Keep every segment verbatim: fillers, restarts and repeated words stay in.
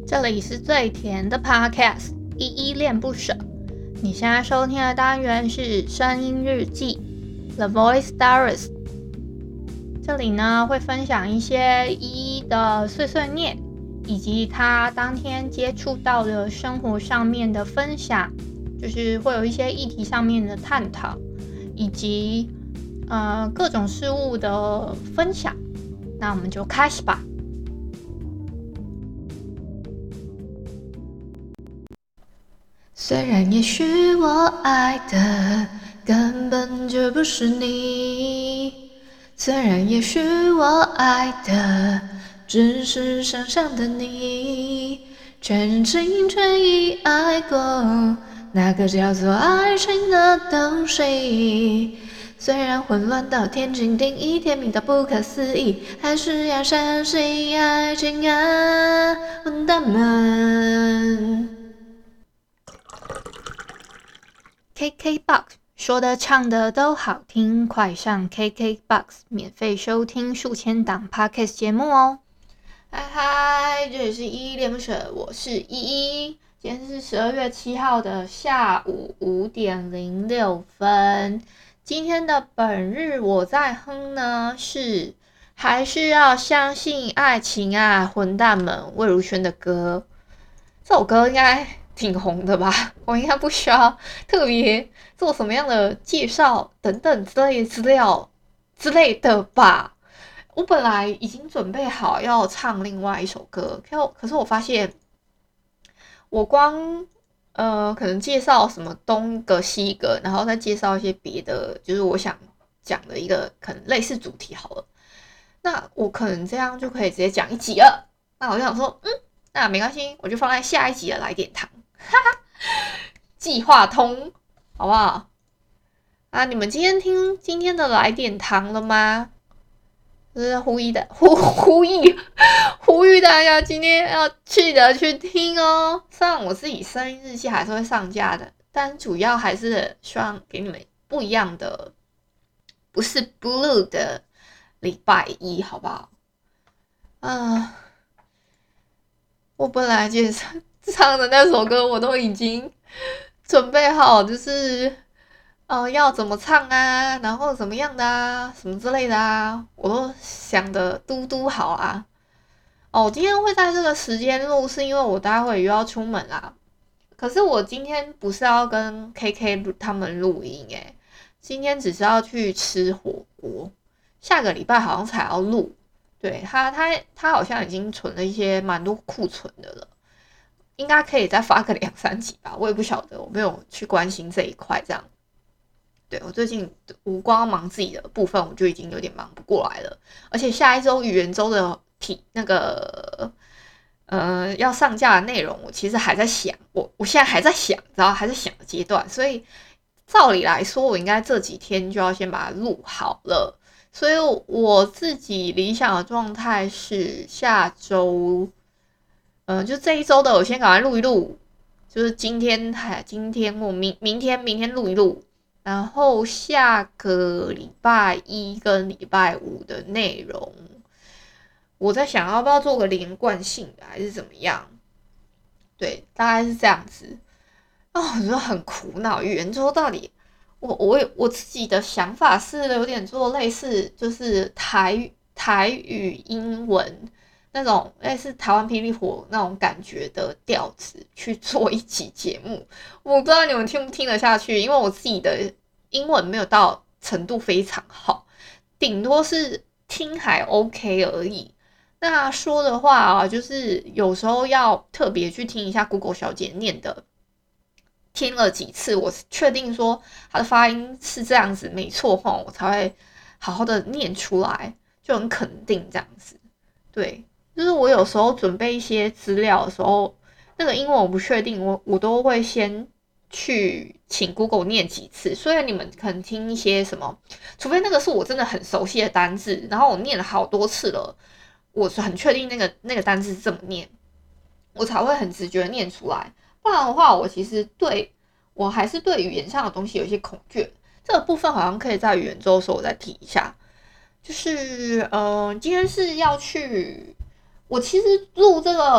这里是最甜的 Podcast， 依依恋不舍。你现在收听的单元是声音日记 The Voice Diaries。这里呢会分享一些依依的碎碎念，以及他当天接触到的生活上面的分享，就是会有一些议题上面的探讨，以及呃各种事物的分享。那我们就开始吧。虽然也许我爱的根本就不是你，虽然也许我爱的只是想象的你，全心全意爱过那个叫做爱情的东西。虽然混乱到天经地义，甜蜜到不可思议，还是要相信爱情啊，混蛋们。K K B O X 说的唱的都好听，快上 K K B O X 免费收听数千档 Podcast 节目哦。嗨嗨，这里是依依恋不舍，我是依依。今天是十二月七号的下午五点零六分。今天的本日我在哼呢是还是要相信爱情啊，混蛋们，魏如萱的歌。这首歌应该挺红的吧，我应该不需要特别做什么样的介绍等等之类的资料之类的吧。我本来已经准备好要唱另外一首歌，可是我发现我光呃可能介绍什么东个西个，然后再介绍一些别的，就是我想讲的一个可能类似主题好了，那我可能这样就可以直接讲一集了。那我就想说嗯那没关系，我就放在下一集的来点糖，哈哈，计划通，好不好？啊，你们今天听今天的来点糖了吗？就是呼吁的呼呼吁呼吁大家今天要记得去听哦。虽然我自己声音日记还是会上架的，但主要还是希望给你们不一样的，不是 blue 的礼拜一，好不好？啊。我本来介绍唱的那首歌我都已经准备好，就是呃要怎么唱啊，然后怎么样的啊，什么之类的啊，我都想的嘟嘟好啊。哦，今天会在这个时间录，是因为我待会又要出门啦。可是我今天不是要跟 K K 他们录音诶，今天只是要去吃火锅，下个礼拜好像才要录。对他，他他好像已经存了一些蛮多库存的了，应该可以再发个两三集吧，我也不晓得，我没有去关心这一块。这样，对我最近我光忙自己的部分，我就已经有点忙不过来了。而且下一周语言周的题那个呃要上架的内容，我其实还在想，我我现在还在想，然后还在想的阶段，所以照理来说，我应该这几天就要先把它录好了。所以我自己理想的状态是下周，嗯、呃，就这一周的我先赶快录一录，就是今天还今天或明明天明天录一录，然后下个礼拜一跟礼拜五的内容，我在想要不要做个连贯性的还是怎么样？对，大概是这样子。哦，我觉得很苦恼，语言周到底。我我我自己的想法是有点做类似，就是台台语英文那种类似台湾霹雳火那种感觉的调子去做一集节目，我不知道你们听不听得下去，因为我自己的英文没有到程度非常好，顶多是听还 OK 而已。那说的话啊，就是有时候要特别去听一下 Google 小姐念的。听了几次，我确定说他的发音是这样子，没错吼，我才会好好的念出来，就很肯定这样子。对，就是我有时候准备一些资料的时候，那个英文我不确定，我我都会先去请 Google 念几次。虽然你们可能听一些什么，除非那个是我真的很熟悉的单字，然后我念了好多次了，我是很确定那个那个单字是这么念，我才会很直觉的念出来。不然的话，我其实对我还是对语言上的东西有一些恐惧。这个部分好像可以在语言周的时候我再提一下。就是呃，今天是要去，我其实录这个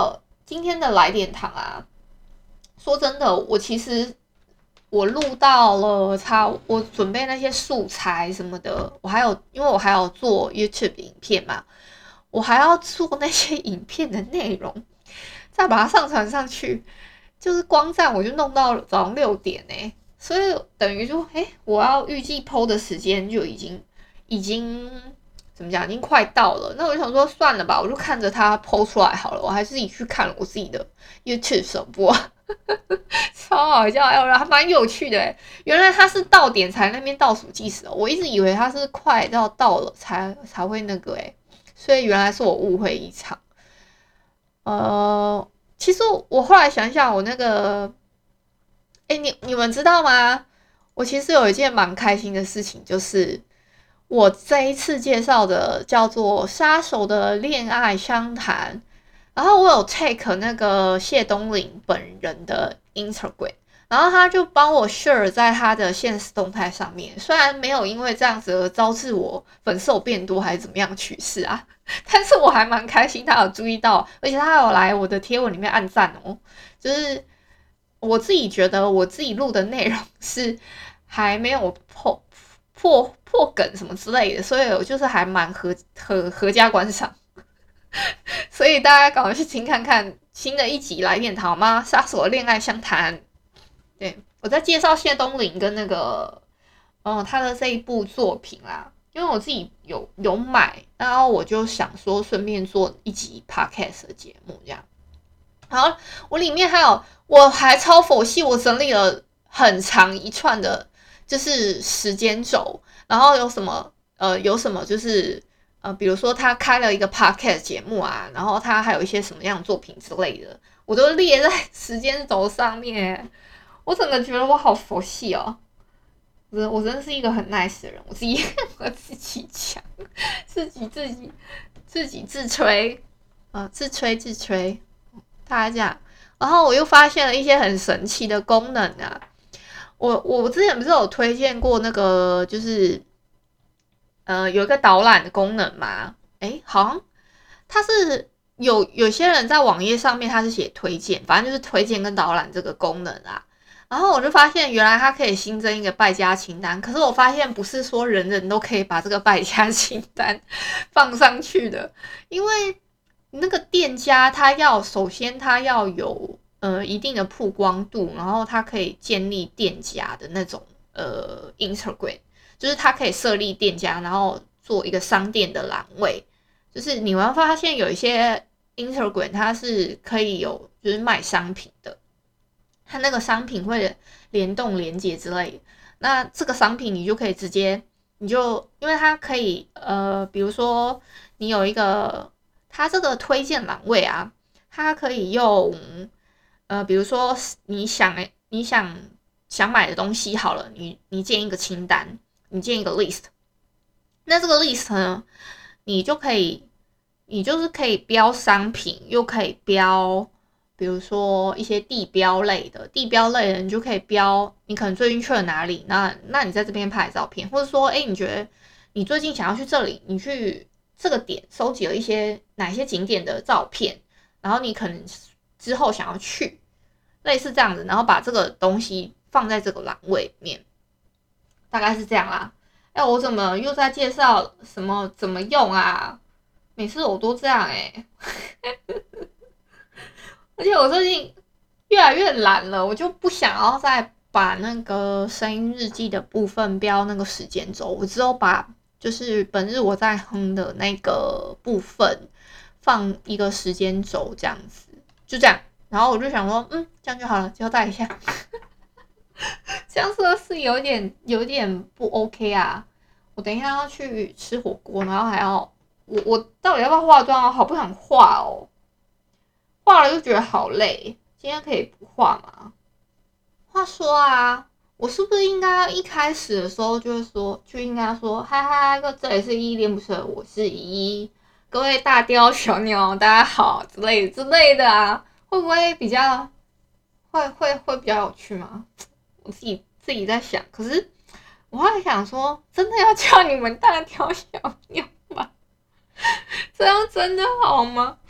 今天的来点糖啊，说真的，我其实我录到了差，我准备那些素材什么的，我还有因为我还有做 YouTube 影片嘛，我还要做那些影片的内容，再把它上传上去，就是光这样我就弄到早上六点哎、欸，所以等于就哎、欸，我要预计 P O 的时间就已经已经怎么讲，已经快到了。那我就想说算了吧，我就看着它 P O 出来好了，我还是自己去看我自己的 YouTube 首播。超好笑，哎，还蛮有趣的哎。原来他是到点才那边倒数计时哦，我一直以为他是快要到了才才会那个哎，所以原来是我误会一场。呃，其实我后来想想，我那个，哎，你你们知道吗？我其实有一件蛮开心的事情，就是我这一次介绍的叫做《杀手的恋爱相谈》。然后我有 take 那个谢东霖本人的 Instagram， 然后他就帮我 share 在他的现实动态上面。虽然没有因为这样子而招致我粉丝变多还是怎么样趋势啊，但是我还蛮开心他有注意到，而且他有来我的贴文里面按赞哦。就是我自己觉得我自己录的内容是还没有破破破梗什么之类的，所以我就是还蛮合合合家观赏。所以大家赶快去听看看新的一集来点糖吗？杀手的恋爱相谈。对，我在介绍谢东霖跟那个，嗯，他的这一部作品啦，因为我自己有有买，然后我就想说顺便做一集 podcast 的节目这样。好，我里面还有，我还超佛系，我整理了很长一串的，就是时间轴，然后有什么呃有什么就是。呃，比如说他开了一个 podcast 节目啊，然后他还有一些什么样的作品之类的，我都列在时间轴上面。我整个觉得我好佛系哦，我我真的是一个很 nice 的人，我自己我自己讲，自己自己自己自吹，呃，自吹自吹，大概这样。然后我又发现了一些很神奇的功能啊，我我之前不是有推荐过那个，就是。呃，有一个导览的功能嘛？诶，好像它是有有些人在网页上面他是写推荐，反正就是推荐跟导览这个功能啊。然后我就发现原来它可以新增一个败家清单，可是我发现不是说人人都可以把这个败家清单放上去的，因为那个店家他要首先他要有呃一定的曝光度，然后他可以建立店家的那种呃 Instagram。就是它可以设立店家，然后做一个商店的栏位。就是你会发现有一些 Instagram 它是可以有就是卖商品的，它那个商品会联动连接之类的。那这个商品你就可以直接，你就因为它可以呃，比如说你有一个它这个推荐栏位啊，它可以用呃，比如说你想你想想买的东西好了，你你建一个清单。你建一个 list， 那这个 list 呢，你就可以，你就是可以标商品，又可以标，比如说一些地标类的，地标类的你就可以标，你可能最近去了哪里，那那你在这边拍照片，或者说，哎，你觉得你最近想要去这里，你去这个点收集了一些哪些景点的照片，然后你可能之后想要去，类似这样子，然后把这个东西放在这个栏位里面。大概是这样啦。哎、欸，我怎么又在介绍什么怎么用啊？每次我都这样哎、欸，而且我最近越来越懒了，我就不想要再把那个声音日记的部分标那个时间轴，我只有把就是本日我在哼的那个部分放一个时间轴，这样子就这样。然后我就想说，嗯，这样就好了，交代一下。这样说是有点有点不 OK 啊！我等一下要去吃火锅，然后还要我我到底要不要化妆啊？好不想化哦，化了就觉得好累。今天可以不化吗？话说啊，我是不是应该一开始的时候就会说，就应该说，嗨嗨，这里是依依恋不舍，我是依依，各位大雕小鸟，大家好之类的之类的啊，会不会比较会会会比较有趣吗？我自己自己在想，可是我还想说，真的要叫你们大雕小鸟吗？这样真的好吗？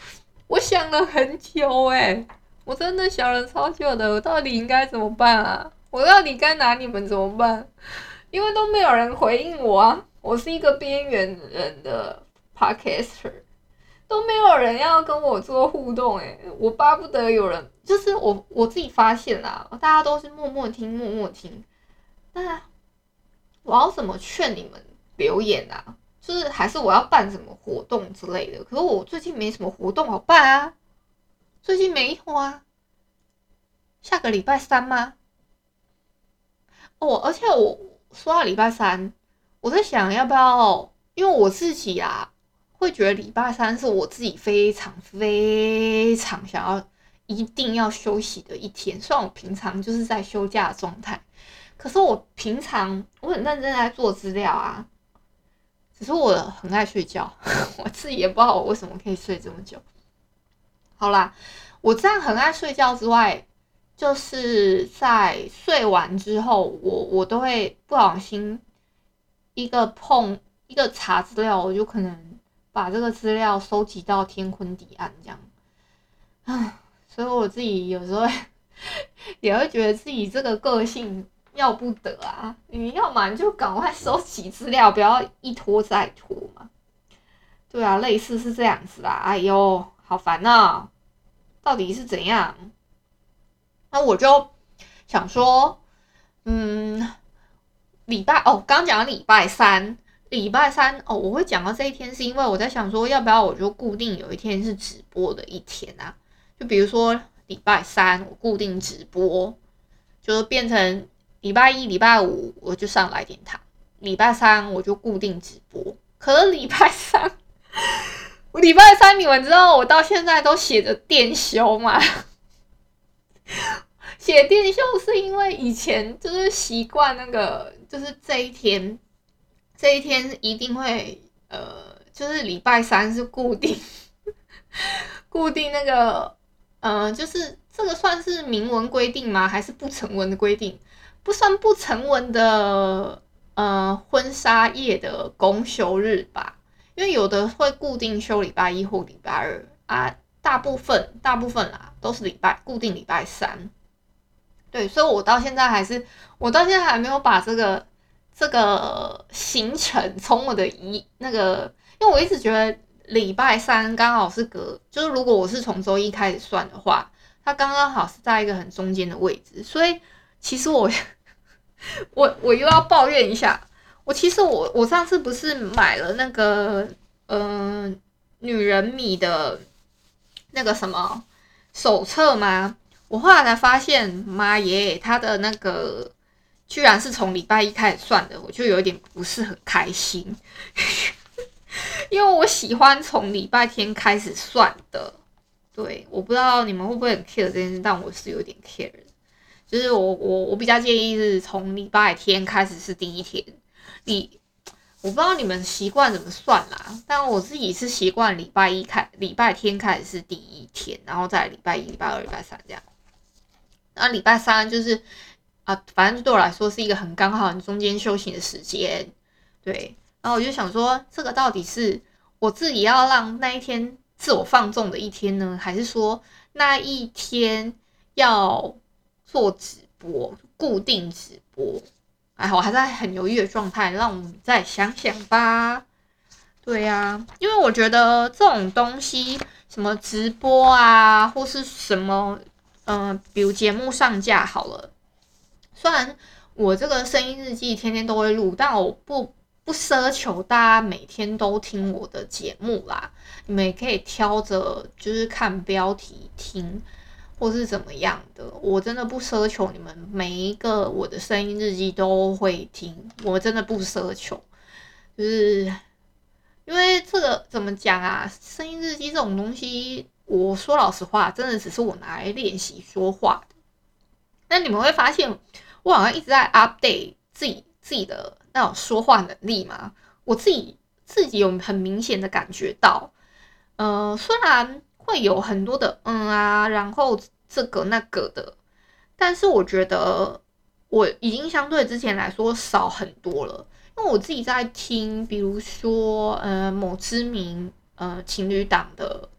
我想了很久诶，我真的想了超久的，我到底应该怎么办啊？我到底该拿你们怎么办？因为都没有人回应我啊！我是一个边缘人的 podcaster， 都没有人要跟我做互动诶，我巴不得有人，就是我我自己发现啦，大家都是默默听默默听，那我要怎么劝你们留言啊？就是还是我要办什么活动之类的？可是我最近没什么活动好办啊，最近没有啊。下个礼拜三吗？哦，而且我说到礼拜三，我在想要不要，因为我自己啊，会觉得礼拜三是我自己非常非常想要、一定要休息的一天。虽然我平常就是在休假的状态，可是我平常我很认真在做资料啊，只是我很爱睡觉，我自己也不知道我为什么可以睡这么久。好啦，我这样很爱睡觉之外，就是在睡完之后，我我都会不小心一个碰一个查资料，我就可能把这个资料收集到天昏地暗这样。唉，所以我自己有时候也会觉得自己这个个性要不得啊！你要嘛你就赶快收集资料，不要一拖再拖嘛。对啊，类似是这样子啦。哎呦，好烦啊！到底是怎样？那我就想说，嗯，礼拜哦，刚讲到礼拜三，礼拜三哦，我会讲到这一天，是因为我在想说，要不要我就固定有一天是直播的一天啊？就比如说礼拜三我固定直播，就变成礼拜一、礼拜五我就上来点糖，礼拜三我就固定直播。可是礼拜三，我礼拜三你们知道我到现在都写着电休吗？写电休是因为以前就是习惯那个，就是这一天，这一天一定会呃，就是礼拜三是固定固定那个，呃，就是这个算是明文规定吗？还是不成文的规定？不算不成文的呃婚纱业的公休日吧，因为有的会固定休礼拜一或礼拜二啊，大部分大部分啦都是礼拜固定礼拜三。对，所以我到现在还是，我到现在还没有把这个这个行程从我的一那个，因为我一直觉得礼拜三刚好是隔，就是如果我是从周一开始算的话，它刚刚好是在一个很中间的位置，所以其实我我我又要抱怨一下，我其实我我上次不是买了那个嗯、呃、女人迷的那个什么手册吗？我后来才发现，妈耶，他的那个居然是从礼拜一开始算的，我就有点不是很开心，因为我喜欢从礼拜天开始算的。对，我不知道你们会不会很 care 这件事，但我是有点 care 的。就是我我我比较建议是从礼拜天开始是第一天，你我不知道你们习惯怎么算啦，但我自己是习惯礼拜一开礼拜天开始是第一天，然后再礼拜一、礼拜二、礼拜三这样。那礼拜三就是啊，反正对我来说是一个很刚好、很中间休息的时间，对。然后我就想说，这个到底是我自己要让那一天自我放纵的一天呢，还是说那一天要做直播，固定直播？哎，我还在很犹豫的状态，让我们再想想吧。对呀、啊，因为我觉得这种东西，什么直播啊，或是什么。嗯、呃，比如节目上架好了，虽然我这个声音日记天天都会录，但我不不奢求大家每天都听我的节目啦。你们也可以挑着就是看标题听，或是怎么样的。我真的不奢求你们每一个我的声音日记都会听，我真的不奢求。就是因为这个怎么讲啊，声音日记这种东西。我说老实话，真的只是我拿来练习说话的。那你们会发现，我好像一直在 update 自己自己的那种说话能力嘛。我自己自己有很明显的感觉到，呃，虽然会有很多的嗯啊，然后这个那个的，但是我觉得我已经相对之前来说少很多了。因为我自己在听，比如说呃某知名呃情侣档的。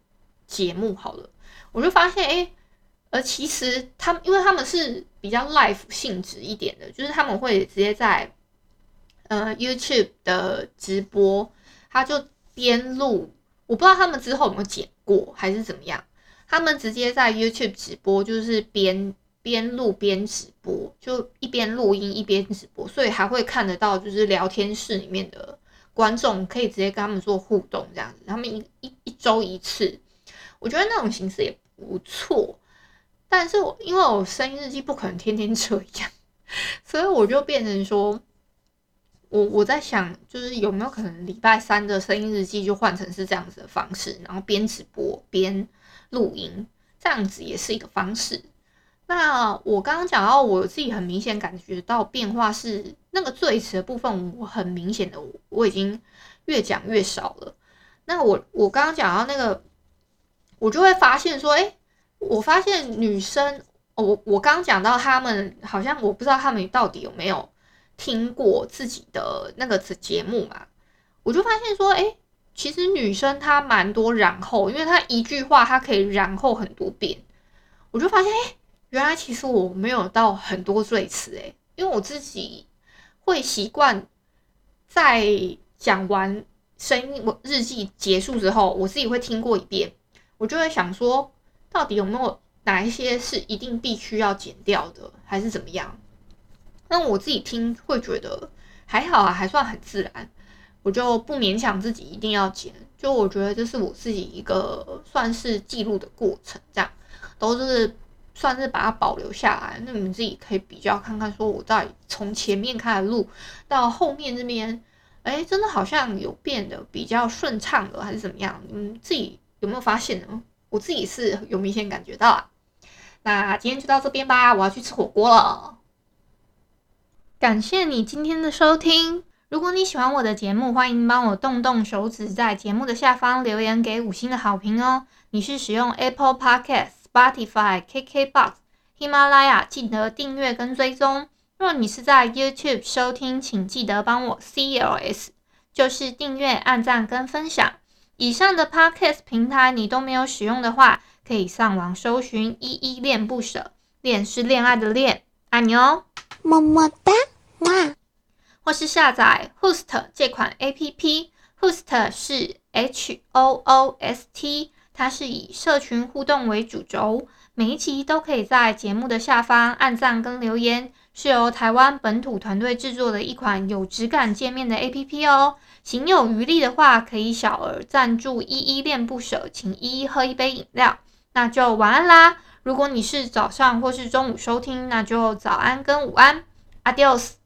节目好了，我就发现，哎，呃，其实他们因为他们是比较 live 性质一点的，就是他们会直接在呃 YouTube 的直播，他就边录，我不知道他们之后有没有剪过还是怎么样，他们直接在 YouTube 直播，就是边边录边直播，就一边录音一边直播，所以还会看得到就是聊天室里面的观众，可以直接跟他们做互动这样子。他们一一一周一次，我觉得那种形式也不错。但是我因为我声音日记不可能天天这样，所以我就变成说，我我在想，就是有没有可能礼拜三的声音日记就换成是这样子的方式，然后边直播边录音，这样子也是一个方式。那我刚刚讲到，我自己很明显感觉到变化是那个最词的部分，我很明显的我已经越讲越少了。那我我刚刚讲到那个，我就会发现说，哎，我发现女生，哦、我我刚刚讲到他们好像我不知道他们到底有没有听过自己的那个节目嘛，我就发现说，哎，其实女生她蛮多然后，因为她一句话她可以然后很多遍，我就发现，哎。原来其实我没有到很多赘词诶，因为我自己会习惯在讲完声音日记结束之后，我自己会听过一遍，我就会想说，到底有没有哪一些是一定必须要剪掉的，还是怎么样？那我自己听会觉得还好啊，还算很自然，我就不勉强自己一定要剪。就我觉得这是我自己一个算是记录的过程，这样都是。算是把它保留下来，那你们自己可以比较看看，说我到底从前面开始录到后面这边，哎，真的好像有变得比较顺畅了，还是怎么样？你们自己有没有发现呢？我自己是有明显感觉到啊。那今天就到这边吧，我要去吃火锅了。感谢你今天的收听。如果你喜欢我的节目，欢迎帮我动动手指，在节目的下方留言给五星的好评哦。你是使用 Apple Podcast、Spotify、K K B O X、喜马拉雅，记得订阅跟追踪。若你是在 YouTube 收听，请记得帮我 C L S， 就是订阅、按赞跟分享。以上的 Podcast 平台你都没有使用的话，可以上网搜寻依依恋不舍，恋是恋爱的恋，爱你哦，么么哒，哇！或是下载 Host 这款 A P P，Host 是 H O O S T， 它是以社群互动为主轴，每一集都可以在节目的下方按赞跟留言，是由台湾本土团队制作的一款有质感界面的 A P P 哦。行有余力的话，可以小额赞助依依恋不舍，请依依喝一杯饮料。那就晚安啦！如果你是早上或是中午收听，那就早安跟午安 ，Adios。